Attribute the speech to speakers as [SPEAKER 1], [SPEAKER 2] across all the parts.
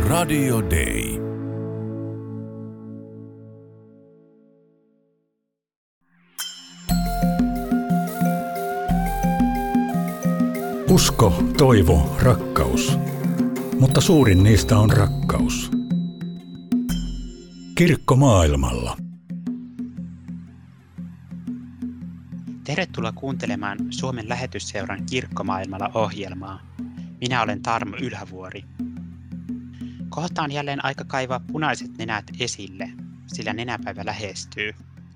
[SPEAKER 1] Radio Day.
[SPEAKER 2] Usko, toivo, rakkaus. Mutta suurin niistä on rakkaus. Kirkko maailmalla.
[SPEAKER 3] Tervetuloa kuuntelemaan Suomen Lähetysseuran Kirkkomaailmalla -ohjelmaa. Minä olen Tarmo Ylhävuori. Kohta on jälleen aika kaivaa punaiset nenät esille, sillä nenäpäivä lähestyy.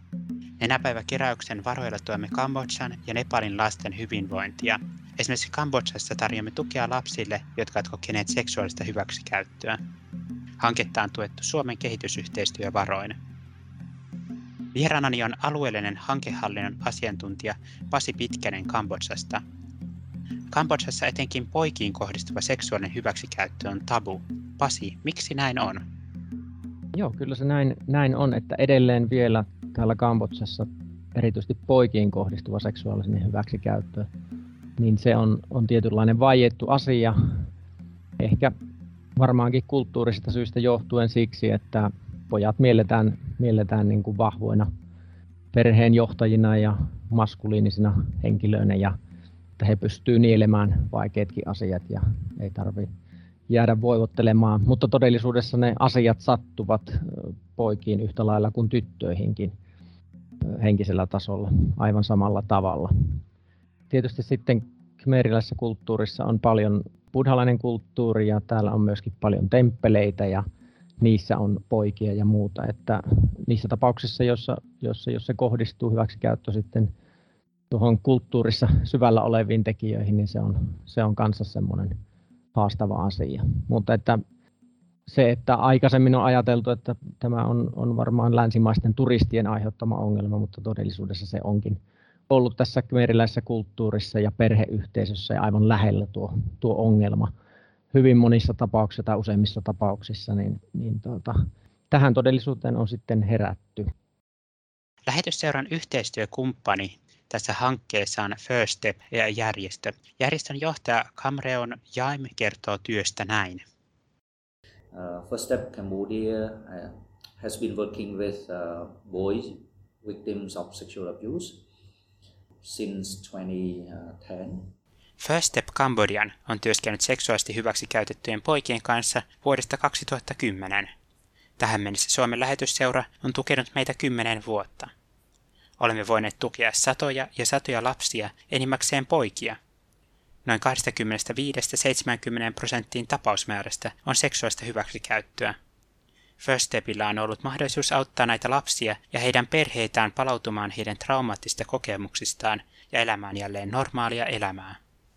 [SPEAKER 3] Nenäpäiväkeräyksen varoilla tuemme Kambodžan ja Nepalin lasten hyvinvointia. Esimerkiksi Kambodžassa tarjoamme tukea lapsille, jotka ovat kokeneet seksuaalista hyväksikäyttöä. Hanketta on tuettu Suomen kehitysyhteistyövaroin. Vieraanani on alueellinen hankehallinnon asiantuntija Pasi Pitkänen Kambodžasta. Kambodžassa etenkin poikiin kohdistuva seksuaalinen hyväksikäyttö on tabu. Pasi, miksi näin on?
[SPEAKER 4] Joo, kyllä se näin on, että edelleen vielä täällä Kambodžassa erityisesti poikiin kohdistuva seksuaalinen hyväksikäyttö, niin se on tietynlainen vaiettu asia. Ehkä varmaankin kulttuurisista syistä johtuen siksi, että pojat mielletään niin kuin vahvoina perheenjohtajina ja maskuliinisina henkilöinä ja että he pystyvät nielemään vaikeatkin asiat ja ei tarvitse jäädä voivottelemaan. Mutta todellisuudessa ne asiat sattuvat poikiin yhtä lailla kuin tyttöihinkin henkisellä tasolla aivan samalla tavalla. Tietysti sitten khmeriläisessä kulttuurissa on paljon buddhalainen kulttuuri ja täällä on myöskin paljon temppeleitä ja niissä on poikia ja muuta, että niissä tapauksissa, jos se kohdistuu hyväksikäyttö sitten tuohon kulttuurissa syvällä oleviin tekijöihin, niin se on kanssa semmoinen haastava asia. Mutta että se, että aikaisemmin on ajateltu, että tämä on varmaan länsimaisten turistien aiheuttama ongelma, mutta todellisuudessa se onkin ollut tässä khmeriläisessä kulttuurissa ja perheyhteisössä ja aivan lähellä tuo ongelma. Hyvin monissa tapauksissa tai useimmissa tapauksissa, niin tähän todellisuuteen on sitten herätty.
[SPEAKER 3] Lähetysseuran yhteistyökumppani tässä hankkeessa on First Step-järjestö. Järjestön johtaja Kamreon Jaim kertoo työstä näin.
[SPEAKER 5] First Step Cambodia has been working with boys victims of sexual abuse since 2010.
[SPEAKER 3] First Step Cambodian on työskennellyt seksuaalisesti hyväksikäytettyjen poikien kanssa vuodesta 2010. Tähän mennessä Suomen Lähetysseura on tukenut meitä 10 vuotta. Olemme voineet tukea satoja ja satoja lapsia, enimmäkseen poikia. Noin 25–70% tapausmäärästä on seksuaalista hyväksikäyttöä. First Stepillä on ollut mahdollisuus auttaa näitä lapsia ja heidän perheitään palautumaan heidän traumaattisista kokemuksistaan ja elämään jälleen normaalia elämää.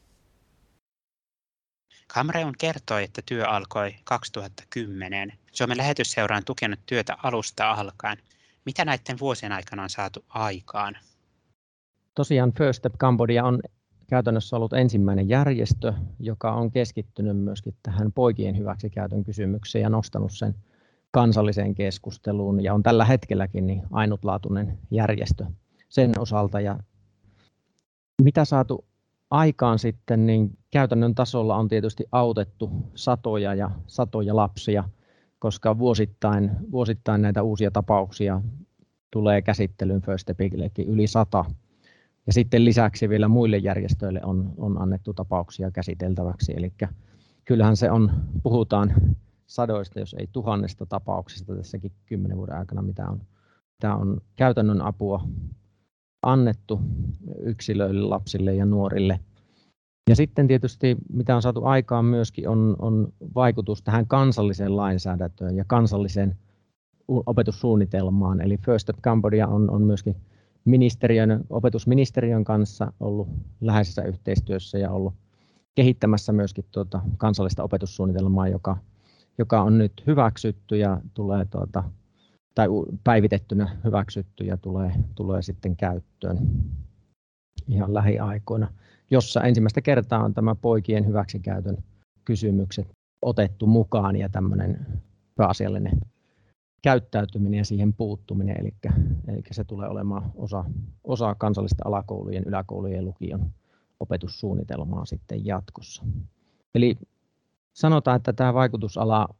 [SPEAKER 3] Kamreon kertoi, että työ alkoi 2010. Suomen Lähetysseura on tukenut työtä alusta alkaen. Mitä näiden vuosien aikana on saatu aikaan?
[SPEAKER 4] Tosiaan First Step Cambodia on käytännössä ollut ensimmäinen järjestö, joka on keskittynyt myöskin tähän poikien hyväksikäytön kysymykseen ja nostanut sen kansalliseen keskusteluun ja on tällä hetkelläkin niin ainutlaatuinen järjestö sen osalta. Ja mitä saatu aikaan sitten, niin käytännön tasolla on tietysti autettu satoja ja satoja lapsia, koska vuosittain näitä uusia tapauksia tulee käsittelyyn First Stepillekin yli 100. Ja sitten lisäksi vielä muille järjestöille on annettu tapauksia käsiteltäväksi. Eli kyllähän se puhutaan sadoista, jos ei tuhannesta tapauksista tässäkin 10 vuoden aikana, mitä on käytännön apua annettu yksilöille, lapsille ja nuorille. Ja sitten tietysti mitä on saatu aikaan myöskin on vaikutus tähän kansalliseen lainsäädäntöön ja kansalliseen opetussuunnitelmaan. Eli First Step Cambodia on myöskin opetusministeriön kanssa ollut läheisessä yhteistyössä ja ollut kehittämässä myöskin kansallista opetussuunnitelmaa, joka on nyt hyväksytty ja tulee tai päivitettynä hyväksytty ja tulee sitten käyttöön ihan lähiaikoina, jossa ensimmäistä kertaa on tämä poikien hyväksikäytön kysymykset otettu mukaan ja tämmöinen pääasiallinen käyttäytyminen ja siihen puuttuminen, eli se tulee olemaan osa kansallista alakoulujen, yläkoulujen ja lukion opetussuunnitelmaa sitten jatkossa. Eli sanotaan, että tämä vaikutusala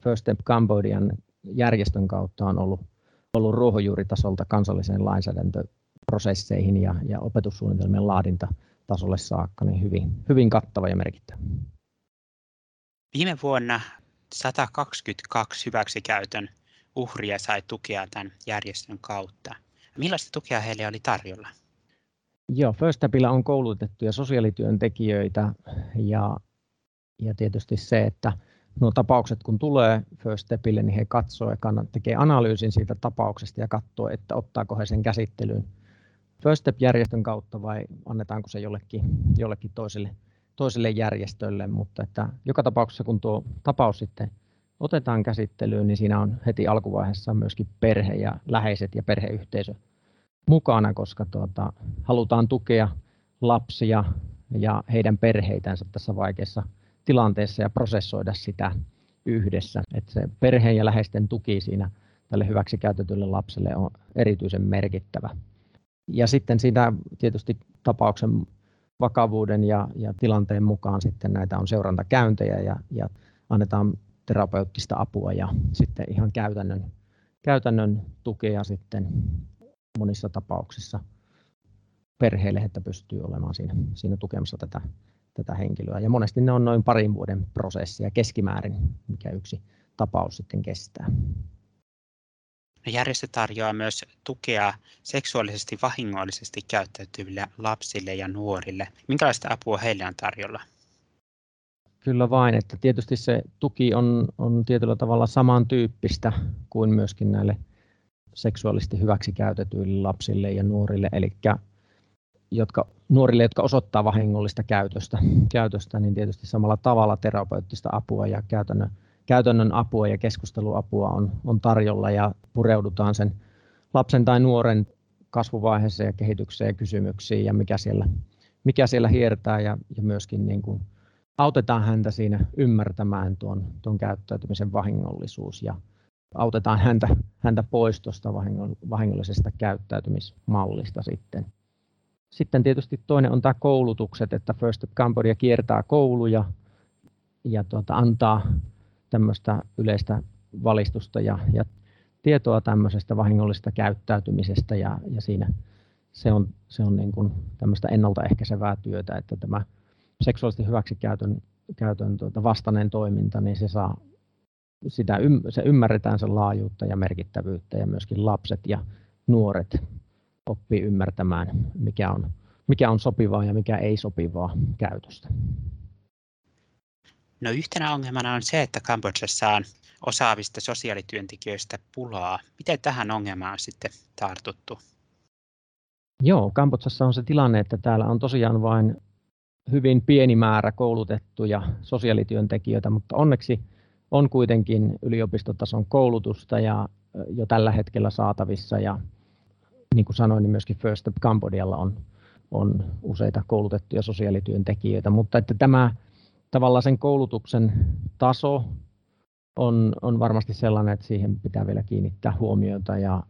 [SPEAKER 4] First Step Cambodian järjestön kautta on ollut ruohonjuuritasolta kansalliseen lainsäädäntöprosesseihin ja opetussuunnitelmien laadintatasolle saakka niin hyvin kattava ja merkittävä.
[SPEAKER 3] Viime vuonna 122 hyväksikäytön uhria sai tukea tämän järjestön kautta. Millaista tukea heille oli tarjolla?
[SPEAKER 4] Joo, First Stepillä on koulutettuja sosiaalityöntekijöitä ja tietysti se, että nuo tapaukset kun tulee First Stepille, niin he katsoo ja tekee analyysin siitä tapauksesta ja katsoo, että ottaako he sen käsittelyyn First Step-järjestön kautta vai annetaanko se jollekin toiselle järjestölle, mutta että joka tapauksessa kun tuo tapaus sitten otetaan käsittelyyn, niin siinä on heti alkuvaiheessa myöskin perhe ja läheiset ja perheyhteisö mukana, koska halutaan tukea lapsia ja heidän perheitänsä tässä vaikeassa tilanteessa ja prosessoida sitä yhdessä. Että se perheen ja läheisten tuki siinä tälle hyväksikäytetylle lapselle on erityisen merkittävä. Ja sitten siitä tietysti tapauksen vakavuuden ja tilanteen mukaan sitten näitä on seurantakäyntejä ja annetaan terapeuttista apua ja sitten ihan käytännön tukea sitten monissa tapauksissa perheelle, että pystyy olemaan siinä tukemassa tätä henkilöä. Ja monesti ne on noin parin vuoden prosessia keskimäärin, mikä yksi tapaus sitten kestää.
[SPEAKER 3] Järjestö tarjoaa myös tukea seksuaalisesti vahingollisesti käyttäytyville lapsille ja nuorille. Minkälaista apua heille on tarjolla?
[SPEAKER 4] Kyllä vain, että tietysti se tuki on tietyllä tavalla samantyyppistä kuin myöskin näille seksuaalisesti hyväksikäytetyille lapsille ja nuorille, eli nuorille, jotka osoittaa vahingollista käytöstä, niin tietysti samalla tavalla terapeuttista apua ja käytännön apua ja keskusteluapua on tarjolla ja pureudutaan sen lapsen tai nuoren kasvuvaiheeseen ja kehitykseen ja kysymyksiin ja mikä siellä hiertää ja myöskin niin kuin autetaan häntä siinä ymmärtämään tuon käyttäytymisen vahingollisuus ja autetaan häntä pois tuosta vahingollisesta käyttäytymismallista sitten. Sitten tietysti toinen on tämä koulutukset, että First Step Cambodia kiertää kouluja ja antaa tämmöistä yleistä valistusta ja tietoa tämmöisestä vahingollisesta käyttäytymisestä ja siinä se on niin kuin tämmöistä ennaltaehkäisevää työtä, että tämä seksuaalisesti hyväksikäytön vastainen toiminta, niin se ymmärretään sen laajuutta ja merkittävyyttä ja myöskin lapset ja nuoret oppii ymmärtämään, mikä on sopivaa ja mikä ei sopivaa käytöstä.
[SPEAKER 3] No yhtenä ongelmana on se, että Kambodžassa on osaavista sosiaalityöntekijöistä pulaa. Miten tähän ongelmaan on sitten tartuttu?
[SPEAKER 4] Joo, Kambodžassa on se tilanne, että täällä on tosiaan vain hyvin pieni määrä koulutettuja sosiaalityöntekijöitä, mutta onneksi on kuitenkin yliopistotason koulutusta ja jo tällä hetkellä saatavissa ja niin kuin sanoin, niin myöskin First Step Cambodialla on useita koulutettuja sosiaalityöntekijöitä, mutta että tämä tavallaan sen koulutuksen taso on varmasti sellainen, että siihen pitää vielä kiinnittää huomiota ja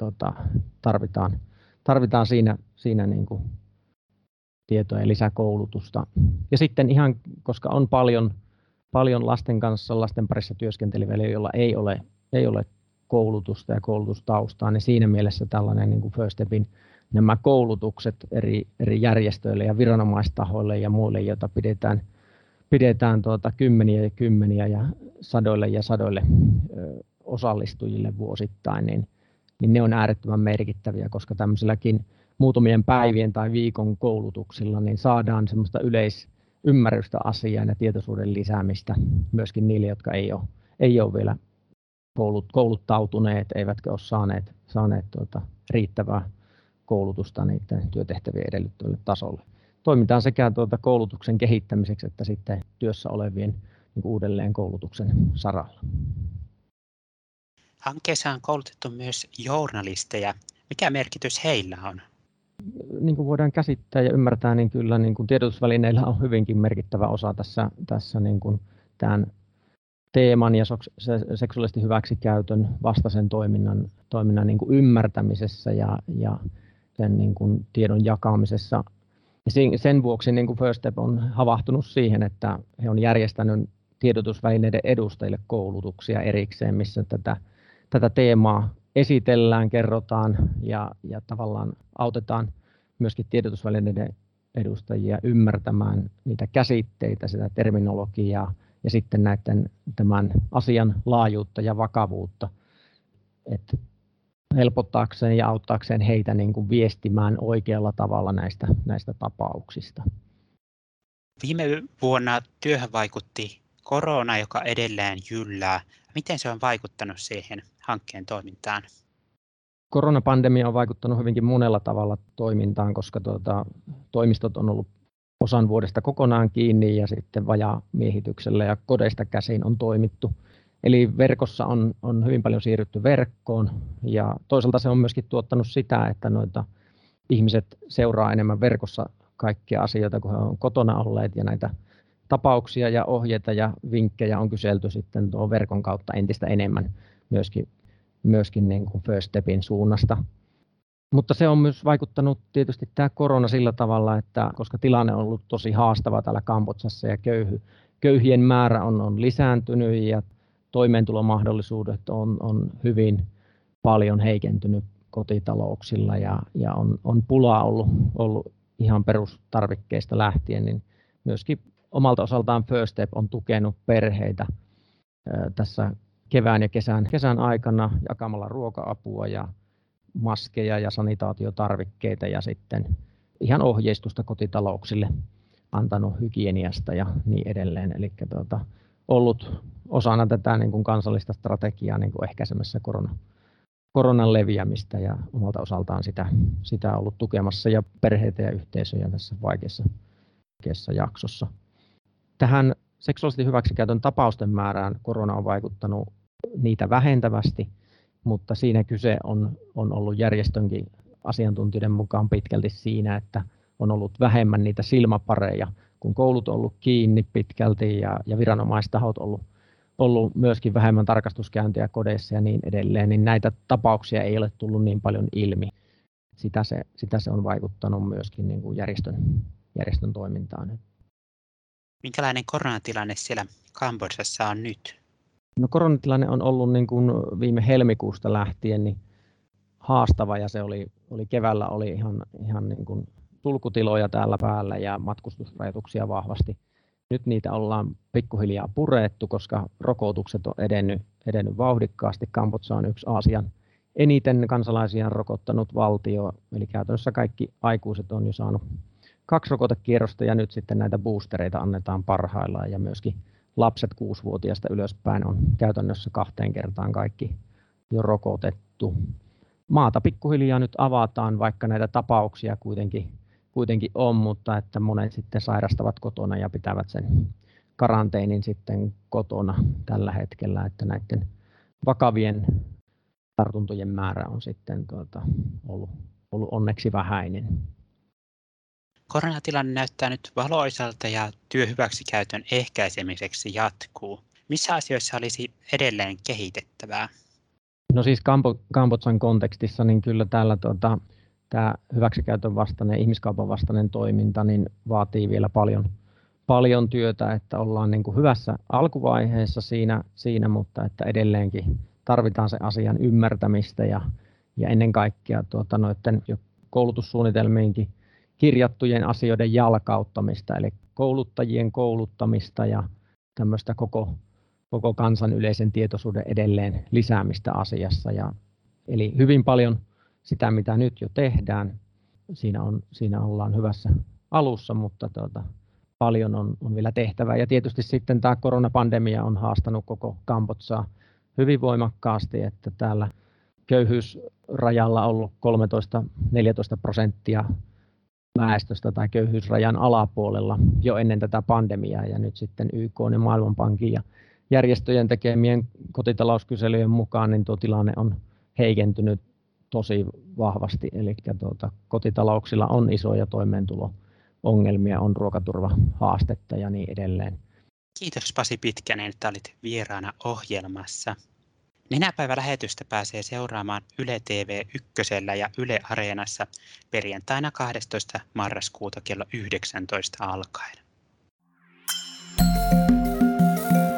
[SPEAKER 4] tarvitaan siinä niin kuin tietoa ja lisäkoulutusta. Ja sitten ihan, koska on paljon lasten kanssa, lasten parissa työskenteleviä, joilla ei ole koulutusta ja koulutustaustaa, niin siinä mielessä tällainen niin kuin First Stepin nämä koulutukset eri järjestöille ja viranomaistahoille ja muille, joita pidetään kymmeniä ja kymmeniä ja sadoille osallistujille vuosittain, niin ne on äärettömän merkittäviä, koska tämmöisilläkin muutamien päivien tai viikon koulutuksilla niin saadaan semmoista yleisymmärrystä asiaan ja tietoisuuden lisäämistä myöskin niille, jotka ei ole vielä kouluttautuneet, eivätkä ole saaneet riittävää koulutusta niiden työtehtävien edellyttävälle tasolle. Toimitaan sekä koulutuksen kehittämiseksi että sitten työssä olevien niin kuin uudelleen koulutuksen saralla.
[SPEAKER 3] Hankkeessa on koulutettu myös journalisteja. Mikä merkitys heillä on?
[SPEAKER 4] Niin kuin voidaan käsittää ja ymmärtää, niin kyllä niin kuin tiedotusvälineillä on hyvinkin merkittävä osa tässä niin kuin tämän teeman ja seksuaalisesti hyväksikäytön vastaisen toiminnan niin kuin ymmärtämisessä ja sen niin kuin tiedon jakamisessa. Ja sen vuoksi niin kuin First Step on havahtunut siihen, että he on järjestänyt tiedotusvälineiden edustajille koulutuksia erikseen, missä tätä teemaa esitellään, kerrotaan ja tavallaan autetaan myöskin tiedotusvälineiden edustajia ymmärtämään niitä käsitteitä, sitä terminologiaa ja sitten tämän asian laajuutta ja vakavuutta, että helpottaakseen ja auttaakseen heitä niin kuin viestimään oikealla tavalla näistä tapauksista.
[SPEAKER 3] Viime vuonna työhön vaikutti korona, joka edelleen jyllää. Miten se on vaikuttanut siihen hankkeen toimintaan?
[SPEAKER 4] Koronapandemia on vaikuttanut hyvinkin monella tavalla toimintaan, koska toimistot on ollut osan vuodesta kokonaan kiinni ja sitten vajaamiehityksellä ja kodeista käsin on toimittu. Eli verkossa on hyvin paljon siirrytty verkkoon ja toisaalta se on myöskin tuottanut sitä, että ihmiset seuraa enemmän verkossa kaikkia asioita, kun he on kotona olleet ja näitä tapauksia ja ohjeita ja vinkkejä on kyselty sitten tuon verkon kautta entistä enemmän myöskin niin kuin First Stepin suunnasta. Mutta se on myös vaikuttanut tietysti tämä korona sillä tavalla, että koska tilanne on ollut tosi haastava täällä Kambodsassa ja köyhien määrä on lisääntynyt ja toimeentulomahdollisuudet on hyvin paljon heikentynyt kotitalouksilla ja on pulaa ollut ihan perustarvikkeista lähtien, niin myöskin omalta osaltaan First Step on tukenut perheitä tässä kevään ja kesän aikana jakamalla ruoka-apua ja maskeja ja sanitaatiotarvikkeita ja sitten ihan ohjeistusta kotitalouksille, antanut hygieniasta ja niin edelleen. Eli ollut osana tätä niin kuin kansallista strategiaa niin kuin ehkäisemässä koronan leviämistä ja omalta osaltaan sitä on ollut tukemassa ja perheitä ja yhteisöjä tässä vaikeassa jaksossa. Tähän seksuaalisesti hyväksikäytön tapausten määrään korona on vaikuttanut niitä vähentävästi, mutta siinä kyse on ollut järjestönkin asiantuntijoiden mukaan pitkälti siinä, että on ollut vähemmän niitä silmäpareja, kun koulut on ollut kiinni pitkälti ja viranomaistahot ollut myöskin vähemmän tarkastuskäyntiä kodeissa ja niin edelleen, niin näitä tapauksia ei ole tullut niin paljon ilmi. Sitä se on vaikuttanut myöskin niin kuin järjestön toimintaan.
[SPEAKER 3] Minkälainen koronatilanne siellä Kambodsassa on nyt?
[SPEAKER 4] No, koronatilanne on ollut niin kuin viime helmikuusta lähtien niin haastava ja se oli keväällä oli ihan niin kuin sulkutiloja täällä päällä ja matkustusrajoituksia vahvasti. Nyt niitä ollaan pikkuhiljaa purettu, koska rokotukset on edennyt vauhdikkaasti. Kambodža on yksi Aasian eniten kansalaisia rokottanut valtio, eli käytännössä kaikki aikuiset on jo saanut 2 rokotekierrosta ja nyt sitten näitä boostereita annetaan parhaillaan ja myöskin lapset 6-vuotiaasta ylöspäin on käytännössä 2 kertaan kaikki jo rokotettu. Maata pikkuhiljaa nyt avataan, vaikka näitä tapauksia kuitenkin on, mutta että monet sitten sairastavat kotona ja pitävät sen karanteinin sitten kotona tällä hetkellä, että näiden vakavien tartuntojen määrä on sitten ollut onneksi vähäinen.
[SPEAKER 3] Koronatilanne näyttää nyt valoisalta ja työhyväksikäytön ehkäisemiseksi jatkuu. Missä asioissa olisi edelleen kehitettävää?
[SPEAKER 4] No siis Kambodžan kontekstissa niin kyllä täällä tämä hyväksikäytön vastainen, ihmiskaupan vastainen toiminta niin vaatii vielä paljon työtä, että ollaan niin kuin hyvässä alkuvaiheessa siinä, mutta että edelleenkin tarvitaan se asian ymmärtämistä ja ennen kaikkea noiden jo koulutussuunnitelmiinkin kirjattujen asioiden jalkauttamista, eli kouluttajien kouluttamista ja tämmöistä koko kansan yleisen tietoisuuden edelleen lisäämistä asiassa. Eli hyvin paljon sitä, mitä nyt jo tehdään, siinä ollaan hyvässä alussa, mutta paljon on vielä tehtävää. Ja tietysti sitten tämä koronapandemia on haastanut koko Kambodžaa hyvin voimakkaasti, että täällä köyhyysrajalla on ollut 13-14% väestöstä tai köyhyysrajan alapuolella jo ennen tätä pandemiaa ja nyt sitten YK ja Maailmanpankin ja järjestöjen tekemien kotitalouskyselyjen mukaan niin tuo tilanne on heikentynyt tosi vahvasti, eli kotitalouksilla on isoja toimeentulo-ongelmia, on ruokaturvahaastetta ja niin edelleen.
[SPEAKER 3] Kiitos Pasi Pitkänen, että olit vieraana ohjelmassa. Nenäpäivälähetystä pääsee seuraamaan Yle TV Ykkösellä ja Yle Areenassa perjantaina 12. marraskuuta kello 19 alkaen.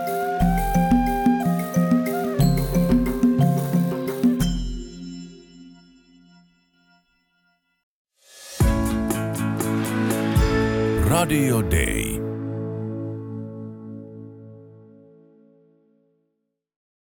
[SPEAKER 1] Radio Day.